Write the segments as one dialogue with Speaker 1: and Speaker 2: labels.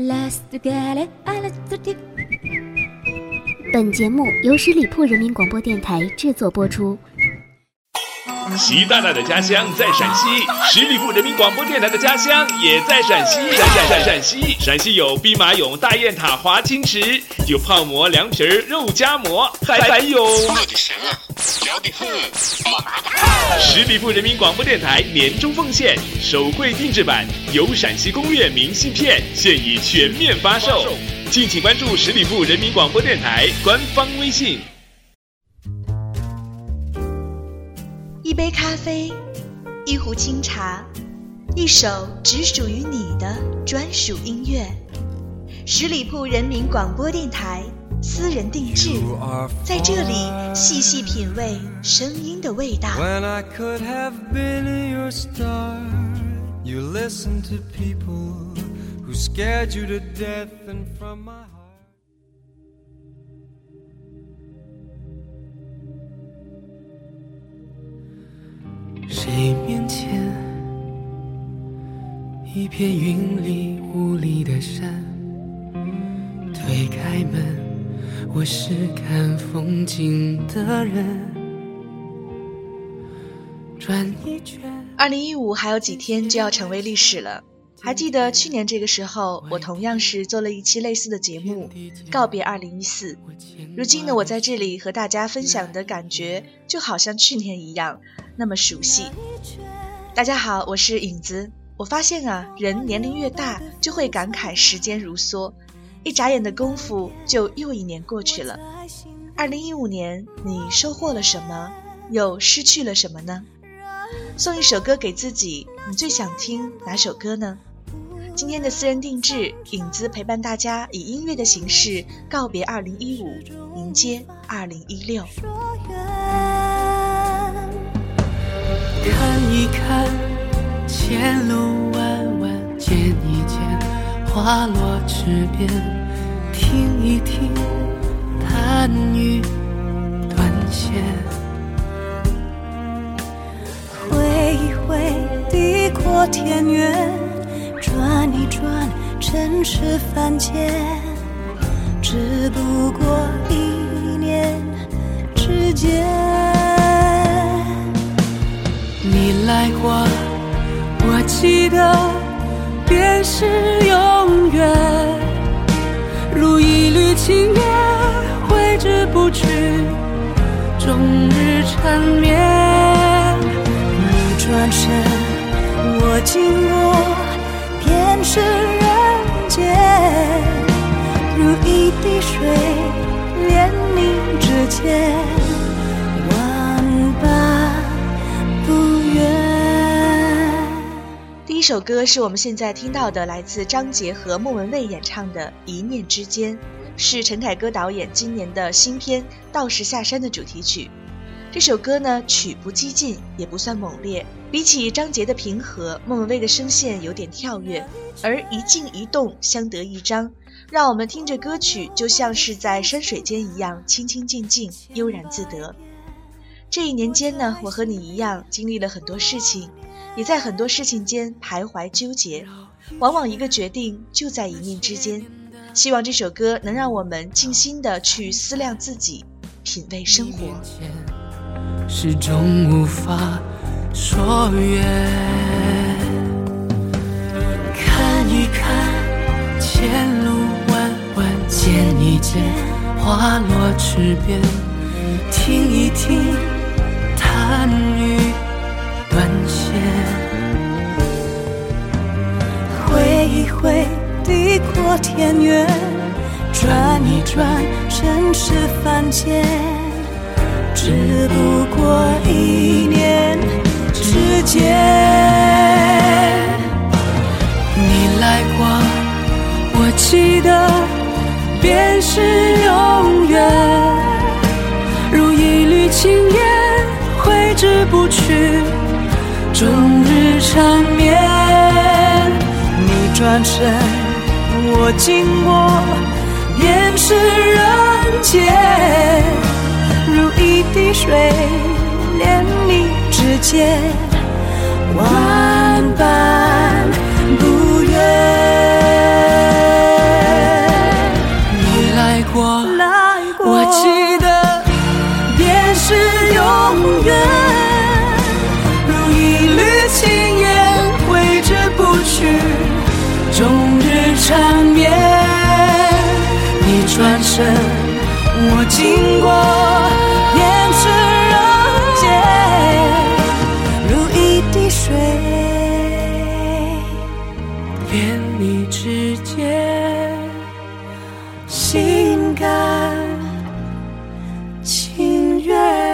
Speaker 1: 本节目由十里铺人民广播电台制作播出。
Speaker 2: 习大大的家乡在陕西，十里铺人民广播电台的家乡也在陕西。陕西有兵马俑、大雁塔、华清池，有泡馍、凉皮、肉夹馍，还有我的神啊，聊得很，十里铺人民广播电台年终奉献手绘定制版有陕西攻略明信片，现已全面发售，敬请关注十里铺人民广播电台官方微信。
Speaker 3: 一杯咖啡，一壶清茶，一首只属于你的专属音乐。十里铺人民广播电台私人定制，在这里细细品味声音的味道。
Speaker 4: When I could have been your star, you listened to people who scared you to death, and from my heart谁面前一片云里雾里的山，推开门，我是看风景的人，转一圈。
Speaker 3: 2015还有几天就要成为历史了。还记得去年这个时候，我同样是做了一期类似的节目，告别2014。如今呢，我在这里和大家分享的感觉就好像去年一样，那么熟悉。大家好，我是影子。我发现啊，人年龄越大，就会感慨时间如梭，一眨眼的功夫就又一年过去了。2015年，你收获了什么，又失去了什么呢？送一首歌给自己，你最想听哪首歌呢？今天的私人定制，影子陪伴大家以音乐的形式告别2015，迎接2016。
Speaker 4: 看一看前路弯弯，见一见花落池边，听一听弹雨断线，
Speaker 5: 挥一挥地阔天远，转一转尘世凡间，只不过一念之间。
Speaker 4: 你来过，我记得便是永远，如一缕青烟挥之不去，终日缠绵。
Speaker 5: 你转身，我经过，便是人间，如一滴水连你指尖，万般不愿。
Speaker 3: 第一首歌是我们现在听到的，来自张杰和莫文蔚演唱的《一念之间》，是陈凯歌导演今年的新片《道士下山》的主题曲。这首歌呢，曲不激进，也不算猛烈，比起张杰的平和，莫文蔚的声线有点跳跃，而一静一动相得益彰，让我们听着歌曲就像是在山水间一样清清静静，悠然自得。这一年间呢，我和你一样经历了很多事情，也在很多事情间徘徊纠结，往往一个决定就在一念之间。希望这首歌能让我们静心地去思量自己，品味生活。
Speaker 4: 始终无法说远，看一看前路弯弯，见一见花落池边，听一听弹雨断线，
Speaker 5: 挥一挥地阔天远，转一转尘世凡间，只不过一念之间。
Speaker 4: 你来过，我记得便是永远，如一缕青烟挥之不去，终日缠绵。
Speaker 5: 你转身，我经过，便是人间，如一滴水连你指尖，万般不愿。
Speaker 4: 缠绵，你转身，我经过，便是人间，
Speaker 5: 如一滴水，
Speaker 4: 便你之间，
Speaker 5: 心甘情愿。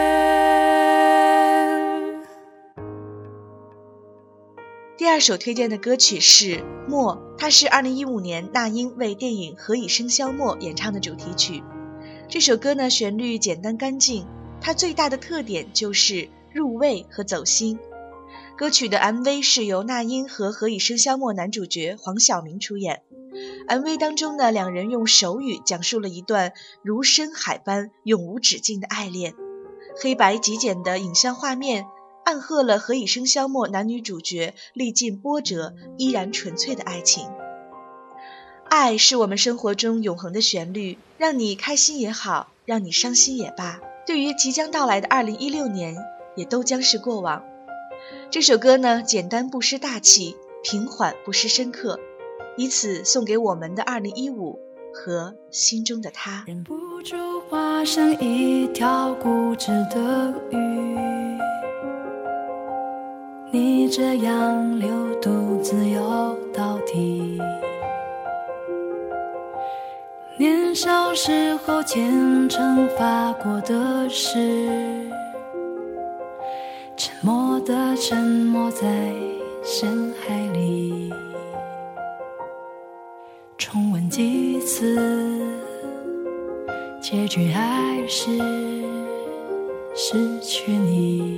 Speaker 3: 第二首推荐的歌曲是《默》，它是2015年那英为电影《何以笙箫默》演唱的主题曲。这首歌呢，旋律简单干净，它最大的特点就是入味和走心。歌曲的 MV 是由那英和《何以笙箫默》男主角黄晓明出演。MV 当中呢，两人用手语讲述了一段如深海般永无止境的爱恋。黑白极简的影像画面暗合了《何以笙箫默》男女主角历尽波折依然纯粹的爱情。爱是我们生活中永恒的旋律，让你开心也好，让你伤心也罢，对于即将到来的2016年也都将是过往。这首歌呢，简单不失大气，平缓不失深刻，以此送给我们的2015和心中的他。
Speaker 4: 忍不住化成一条固执的鱼，你这样流独自游到底。年少时候虔诚发过的誓，沉默地沉没在深海里。重温几次，结局还是失去你。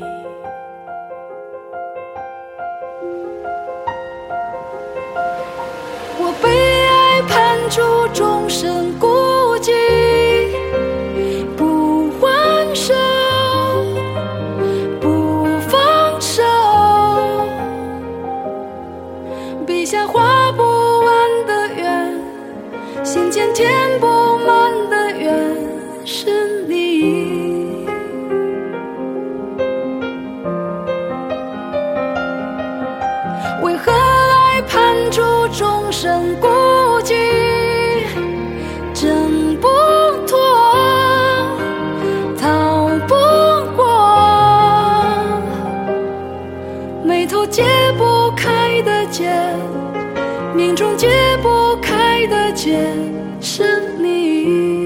Speaker 4: 我被爱判处终身孤寂，不还手，不放手，笔下画不完的圆，心间填不满的缘，是你。为何爱判处终身孤寂，挣不脱，逃不过，眉头解不开的结，命中解不开的结，是你。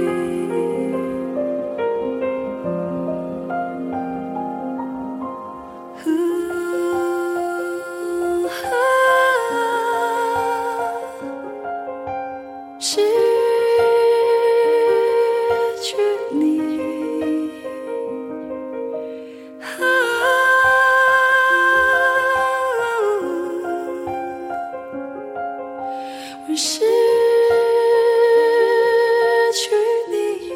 Speaker 4: 失去你，我失去你。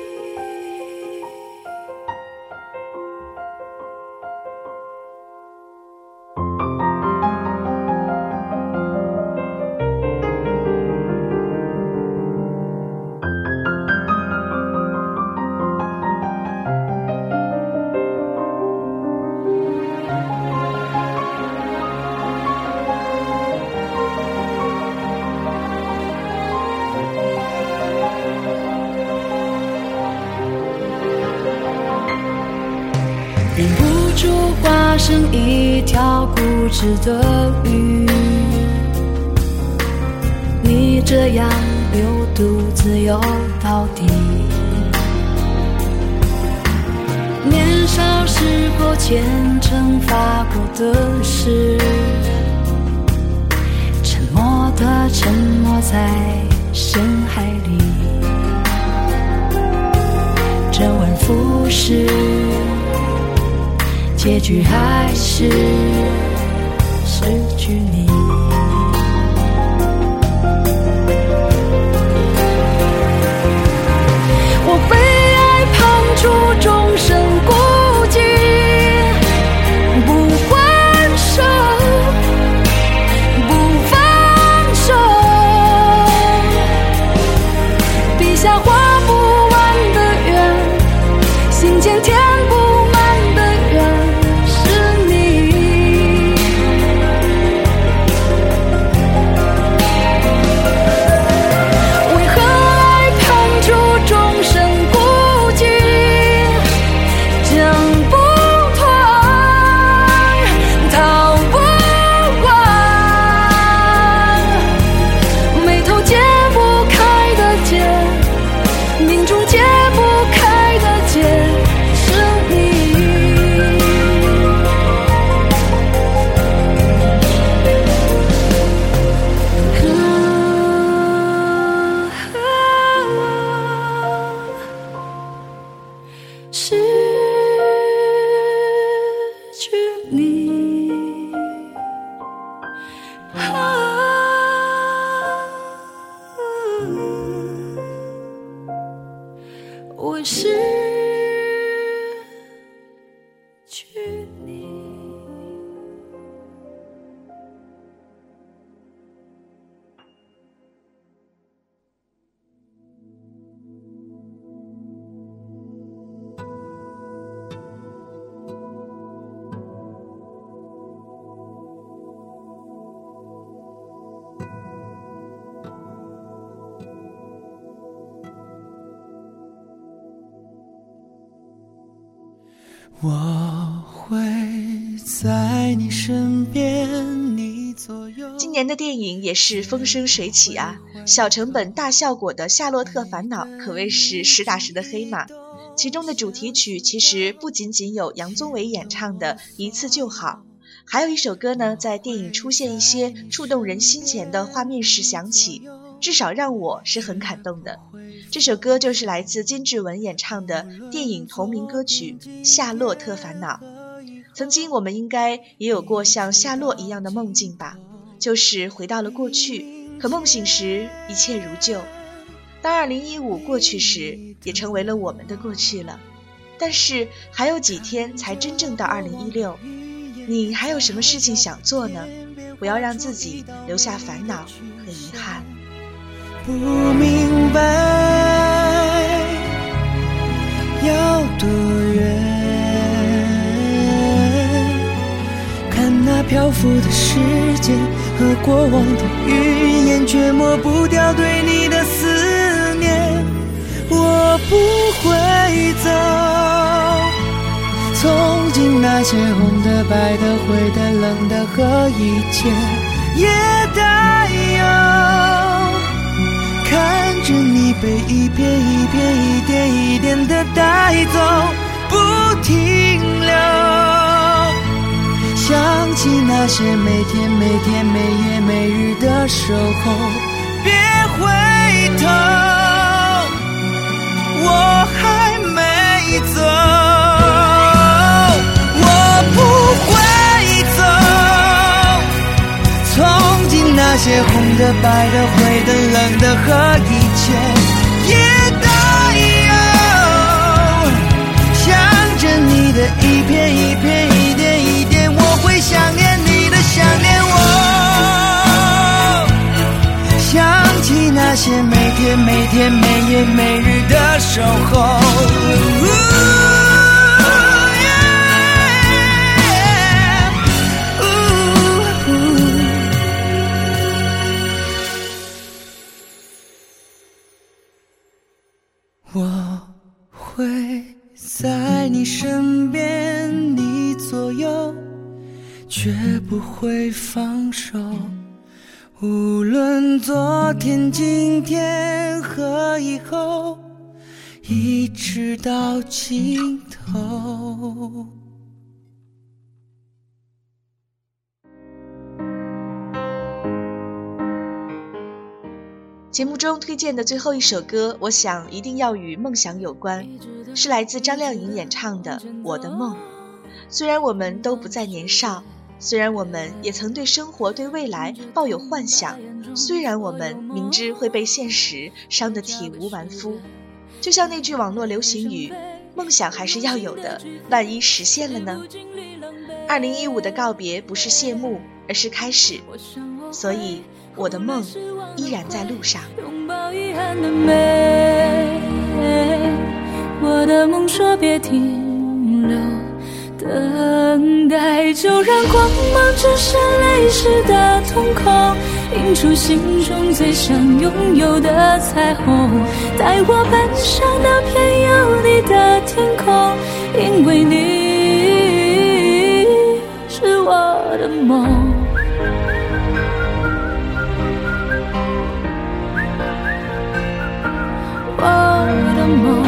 Speaker 4: 忍不住化成一条固执的鱼，你这样流独自游到底。年少时候虔诚发过的誓，沉默地沉没在深海里，周而复始，结局还是失去你。我被爱判处终身孤寂，不还手，不放手，笔下画不完的圆，心间填不满的缘，是你。 会失去你。
Speaker 6: 我会在你身边，你左右。
Speaker 3: 今年的电影也是风生水起啊，小成本大效果的《夏洛特烦恼》可谓是实打实的黑马。其中的主题曲其实不仅仅有杨宗纬演唱的《一次就好》，还有一首歌呢，在电影出现一些触动人心弦的画面时响起，至少让我是很感动的。这首歌就是来自金志文演唱的电影同名歌曲《夏洛特烦恼》。曾经我们应该也有过像夏洛一样的梦境吧，就是回到了过去，可梦醒时一切如旧。当2015过去时，也成为了我们的过去了。但是还有几天才真正到2016，你还有什么事情想做呢？不要让自己留下烦恼和遗憾。
Speaker 6: 不明白要多远，看那漂浮的时间和过往的云烟，却抹不掉对你的思念。我不会走，从今那些红的白的灰的冷的和一切也带有，看着你被一片一片一点一点的带走，不停留，想起那些每天每天每夜每日的守候，别回头，我还没走，我不会走，从今那些红的白的灰的冷的和一切也带有，想着你的一片一片一点一点，我会想念你的想念我，想起那些每天每天每夜每日的守候，我会在你身边，你左右，绝不会放手，无论昨天今天和以后，一直到尽头。
Speaker 3: 节目中推荐的最后一首歌，我想一定要与梦想有关，是来自张靓颖演唱的《我的梦》。虽然我们都不再年少，虽然我们也曾对生活对未来抱有幻想，虽然我们明知会被现实伤得体无完肤，就像那句网络流行语，梦想还是要有的，万一实现了呢？2015的告别不是谢幕，而是开始，所以我的梦依然在路上。
Speaker 4: 拥抱遗憾的美，我的梦说别停留，等待就让光芒折射泪湿的瞳孔，映出心中最想拥有的彩虹，带我奔向那片有你的天空，因为你是我的梦。我的梦，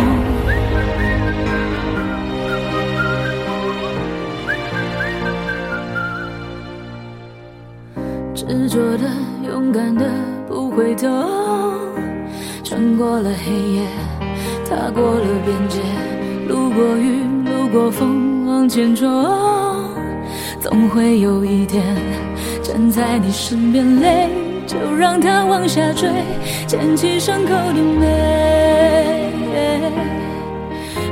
Speaker 4: 执着的勇敢的不回头，穿过了黑夜，踏过了边界，路过雨路过风往前冲，总会有一天站在你身边，泪就让它往下坠，捡起伤口的美，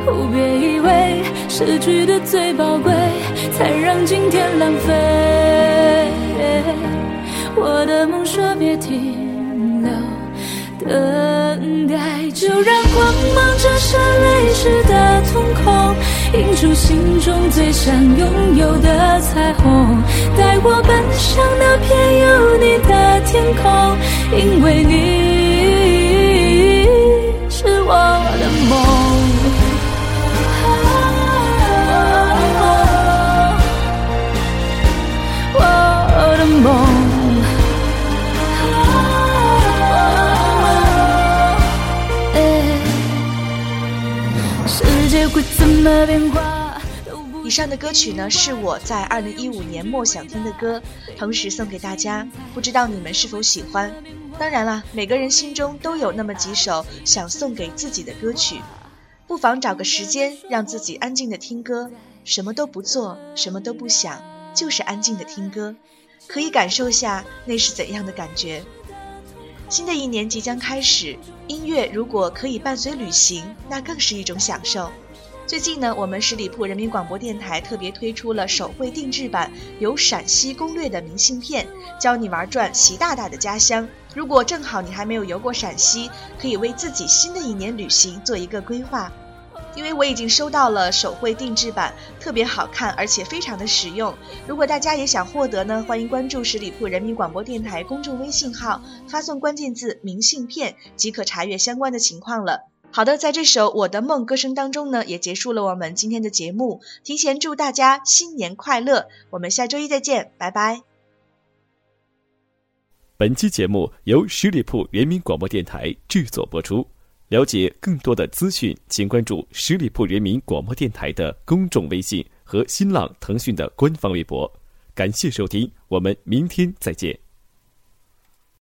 Speaker 4: 别以为失去的最宝贵，才让今天浪费。我的梦说别停留，等待，就让光芒折射泪湿的瞳孔，映出心中最想拥有的彩虹，带我奔向那片有你的天空，因为你是我的梦。我的梦，世界会怎么变化？
Speaker 3: 以上的歌曲呢，是我在2015年末想听的歌，同时送给大家，不知道你们是否喜欢。当然了，每个人心中都有那么几首想送给自己的歌曲，不妨找个时间让自己安静的听歌，什么都不做，什么都不想，就是安静的听歌，可以感受下那是怎样的感觉。新的一年即将开始，音乐如果可以伴随旅行，那更是一种享受。最近呢，我们十里铺人民广播电台特别推出了手绘定制版有陕西攻略的明信片，教你玩转习大大的家乡。如果正好你还没有游过陕西，可以为自己新的一年旅行做一个规划。因为我已经收到了手绘定制版，特别好看，而且非常的实用。如果大家也想获得呢，欢迎关注十里铺人民广播电台公众微信号，发送关键字明信片即可查阅相关的情况了。好的，在这首我的梦歌声当中呢，也结束了我们今天的节目，提前祝大家新年快乐，我们下周一再见，拜拜。
Speaker 2: 本期节目由十里铺人民广播电台制作播出。了解更多的资讯，请关注十里铺人民广播电台的公众微信和新浪、腾讯的官方微博。感谢收听，我们明天再见。